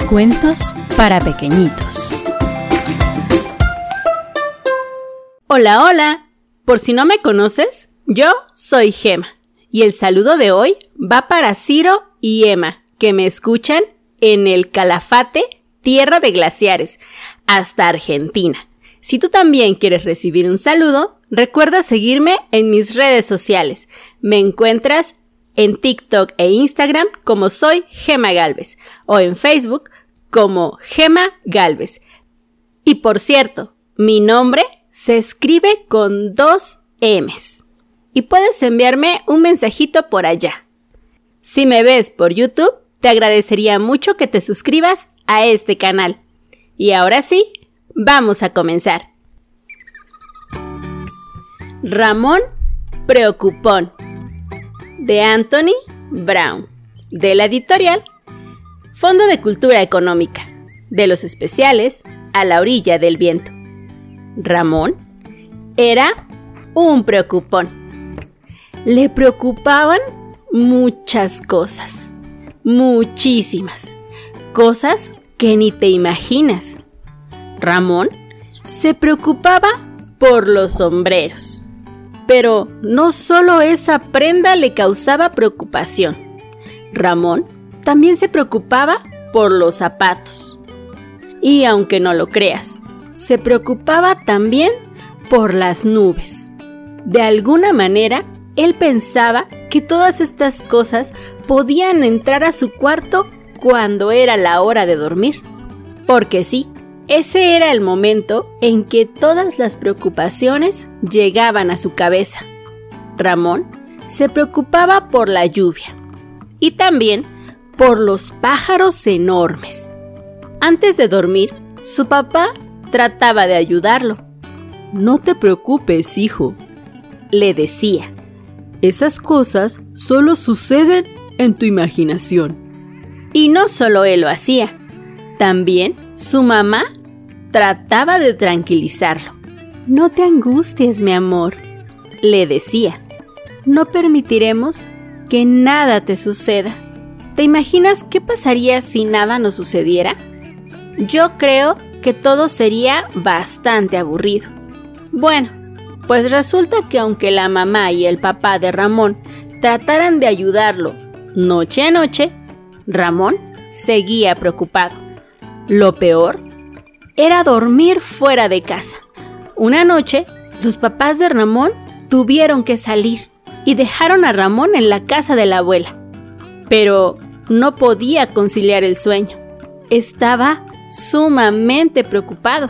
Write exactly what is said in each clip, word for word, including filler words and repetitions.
Cuentos para pequeñitos. Hola, hola. Por si no me conoces, yo soy Gema. Y el saludo de hoy va para Ciro y Emma, que me escuchan en el Calafate, tierra de glaciares, hasta Argentina. Si tú también quieres recibir un saludo, recuerda seguirme en mis redes sociales. Me encuentras en TikTok e Instagram como soy Gema Galvez o en Facebook como Gema Galvez. Y por cierto, mi nombre se escribe con dos M's y puedes enviarme un mensajito por allá. Si me ves por YouTube, te agradecería mucho que te suscribas a este canal. Y ahora sí, vamos a comenzar. Ramón Preocupón, de Anthony Brown, de la editorial Fondo de Cultura Económica, de los especiales A la orilla del viento. Ramón era un preocupón. Le preocupaban muchas cosas, muchísimas, cosas que ni te imaginas. Ramón se preocupaba por los sombreros. Pero no solo esa prenda le causaba preocupación. Ramón también se preocupaba por los zapatos. Y aunque no lo creas, se preocupaba también por las nubes. De alguna manera, él pensaba que todas estas cosas podían entrar a su cuarto cuando era la hora de dormir. Porque sí, ese era el momento en que todas las preocupaciones llegaban a su cabeza. Ramón se preocupaba por la lluvia y también por los pájaros enormes. Antes de dormir, su papá trataba de ayudarlo. No te preocupes, hijo, le decía. Esas cosas solo suceden en tu imaginación. Y no solo él lo hacía, también su mamá trataba de tranquilizarlo. No te angusties, mi amor, le decía. No permitiremos que nada te suceda. ¿Te imaginas qué pasaría si nada nos sucediera? Yo creo que todo sería bastante aburrido. Bueno, pues resulta que aunque la mamá y el papá de Ramón trataran de ayudarlo noche a noche, Ramón seguía preocupado. Lo peor era dormir fuera de casa. Una noche, los papás de Ramón tuvieron que salir y dejaron a Ramón en la casa de la abuela. Pero no podía conciliar el sueño. Estaba sumamente preocupado.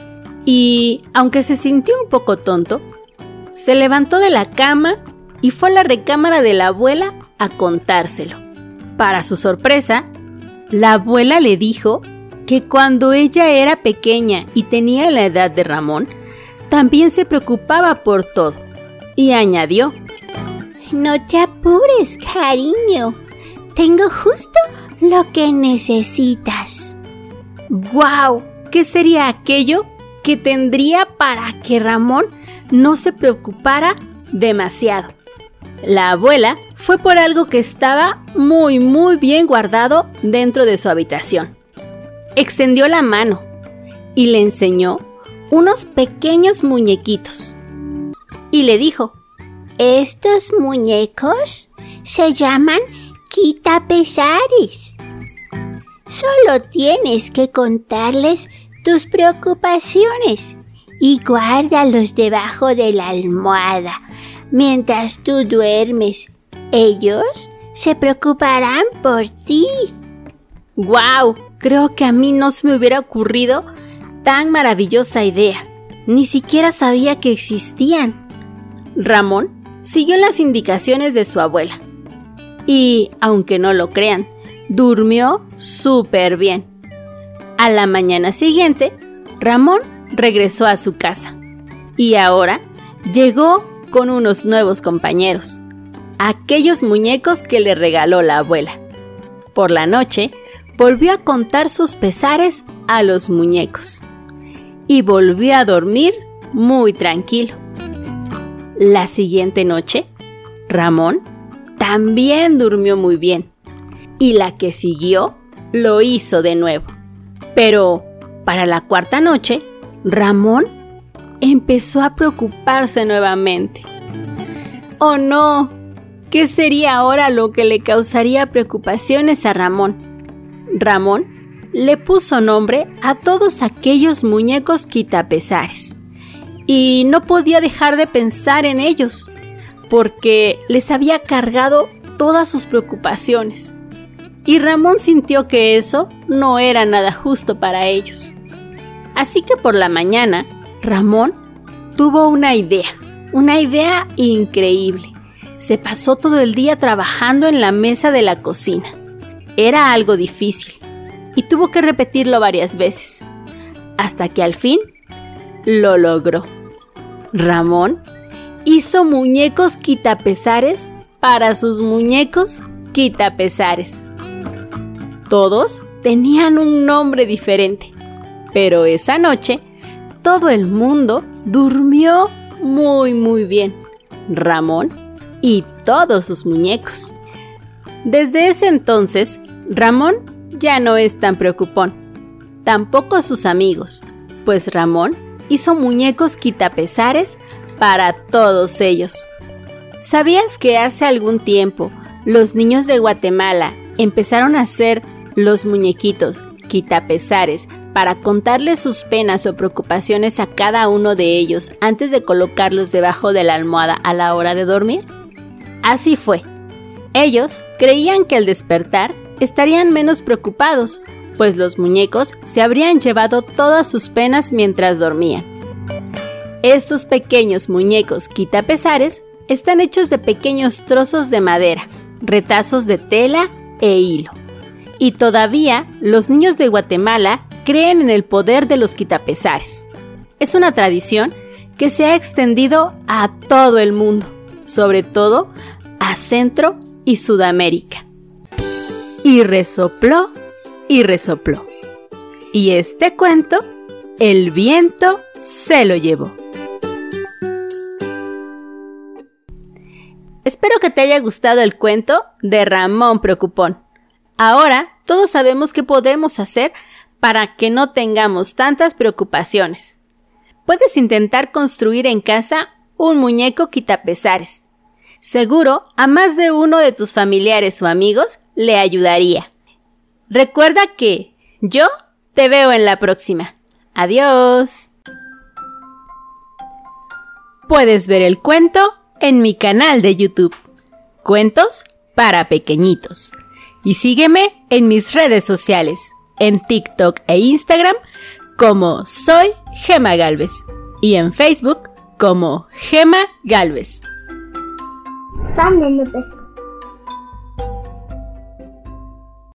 Y, aunque se sintió un poco tonto, se levantó de la cama y fue a la recámara de la abuela a contárselo. Para su sorpresa, la abuela le dijo que cuando ella era pequeña y tenía la edad de Ramón, también se preocupaba por todo. Y añadió: No te apures, cariño. Tengo justo lo que necesitas. ¡Guau! ¿Qué sería aquello que tendría para que Ramón no se preocupara demasiado? La abuela fue por algo que estaba muy, muy bien guardado dentro de su habitación. Extendió la mano y le enseñó unos pequeños muñequitos. Y le dijo: Estos muñecos se llaman quitapesares. Solo tienes que contarles tus preocupaciones y guárdalos debajo de la almohada. Mientras tú duermes, ellos se preocuparán por ti. ¡Guau! Creo que a mí no se me hubiera ocurrido tan maravillosa idea. Ni siquiera sabía que existían. Ramón siguió las indicaciones de su abuela. Y, aunque no lo crean, durmió súper bien. A la mañana siguiente, Ramón regresó a su casa. Y ahora llegó con unos nuevos compañeros, aquellos muñecos que le regaló la abuela. Por la noche, volvió a contar sus pesares a los muñecos y volvió a dormir muy tranquilo. La siguiente noche, Ramón también durmió muy bien y la que siguió lo hizo de nuevo. Pero para la cuarta noche, Ramón empezó a preocuparse nuevamente. ¡Oh no! ¿Qué sería ahora lo que le causaría preocupaciones a Ramón? Ramón le puso nombre a todos aquellos muñecos quitapesares y no podía dejar de pensar en ellos porque les había cargado todas sus preocupaciones. Y Ramón sintió que eso no era nada justo para ellos. Así que por la mañana, Ramón tuvo una idea, una idea increíble. Se pasó todo el día trabajando en la mesa de la cocina. Era algo difícil y tuvo que repetirlo varias veces, hasta que al fin lo logró. Ramón hizo muñecos quitapesares para sus muñecos quitapesares. Todos tenían un nombre diferente, pero esa noche todo el mundo durmió muy muy bien. Ramón y todos sus muñecos. Desde ese entonces, Ramón ya no es tan preocupón. Tampoco sus amigos, pues Ramón hizo muñecos quitapesares para todos ellos. ¿Sabías que hace algún tiempo los niños de Guatemala empezaron a hacer los muñequitos quitapesares para contarles sus penas o preocupaciones a cada uno de ellos antes de colocarlos debajo de la almohada a la hora de dormir? Así fue. Ellos creían que al despertar estarían menos preocupados, pues los muñecos se habrían llevado todas sus penas mientras dormían. Estos pequeños muñecos quitapesares están hechos de pequeños trozos de madera, retazos de tela e hilo. Y todavía los niños de Guatemala creen en el poder de los quitapesares. Es una tradición que se ha extendido a todo el mundo, sobre todo a Centro y Sudamérica. Y resopló y resopló. Y este cuento, el viento se lo llevó. Espero que te haya gustado el cuento de Ramón Preocupón. Ahora todos sabemos qué podemos hacer para que no tengamos tantas preocupaciones. Puedes intentar construir en casa un muñeco quitapesares. Seguro a más de uno de tus familiares o amigos le ayudaría. Recuerda que yo te veo en la próxima. ¡Adiós! Puedes ver el cuento en mi canal de YouTube, Cuentos para Pequeñitos. Y sígueme en mis redes sociales, en TikTok e Instagram como Soy Gema Galvez y en Facebook como Gema Galvez. Tan